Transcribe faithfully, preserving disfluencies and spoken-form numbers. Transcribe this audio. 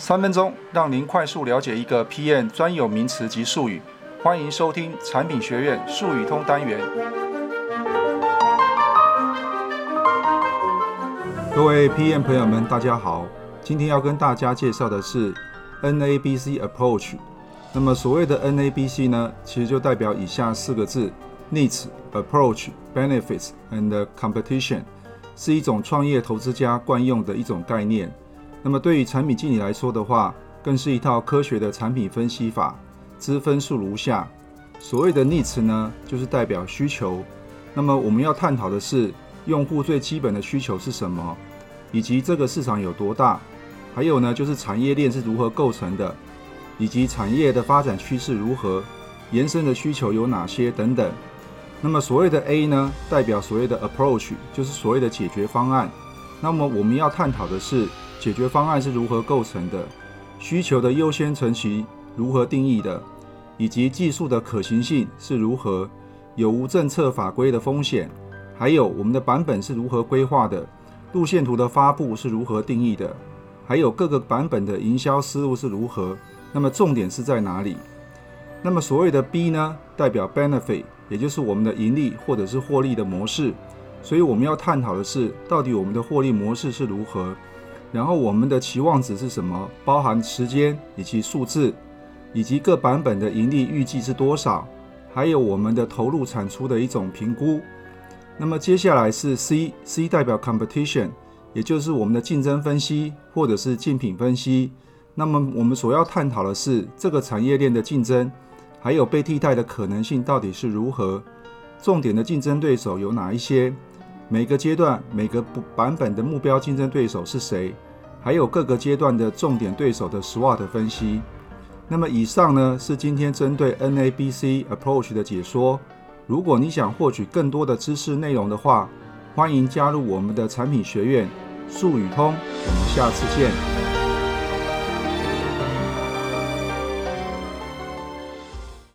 三分钟让您快速了解一个 P M 专有名词及术语。欢迎收听产品学院术语通单元。各位 P M 朋友们，大家好。今天要跟大家介绍的是 N A B C Approach。那么所谓的 N A B C 呢，其实就代表以下四个字 ：Needs、Approach、Benefits and Competition， 是一种创业投资家惯用的一种概念。那么对于产品经理来说的话，更是一套科学的产品分析法。之分数如下。所谓的 Needs 呢，就是代表需求。那么我们要探讨的是，用户最基本的需求是什么，以及这个市场有多大。还有呢，就是产业链是如何构成的，以及产业的发展趋势如何，延伸的需求有哪些等等。那么所谓的 A 呢，代表所谓的 Approach， 就是所谓的解决方案。那么我们要探讨的是，解决方案是如何构成的，需求的优先程序如何定义的，以及技术的可行性是如何，有无政策法规的风险，还有我们的版本是如何规划的，路线图的发布是如何定义的，还有各个版本的营销思路是如何，那么重点是在哪里？那么所谓的 B 呢，代表 Benefit， 也就是我们的盈利或者是获利的模式。所以我们要探讨的是，到底我们的获利模式是如何，然后我们的期望值是什么，包含时间以及数字，以及各版本的盈利预计是多少，还有我们的投入产出的一种评估。那么接下来是 C， C 代表 Competition， 也就是我们的竞争分析或者是竞品分析。那么我们所要探讨的是，这个产业链的竞争，还有被替代的可能性到底是如何，重点的竞争对手有哪一些，每个阶段每个版本的目标竞争对手是谁，还有各个阶段的重点对手的 S W O T 分析。那么以上呢，是今天针对 N A B C Approach 的解说。如果你想获取更多的知识内容的话，欢迎加入我们的产品学院术语通。我们下次见。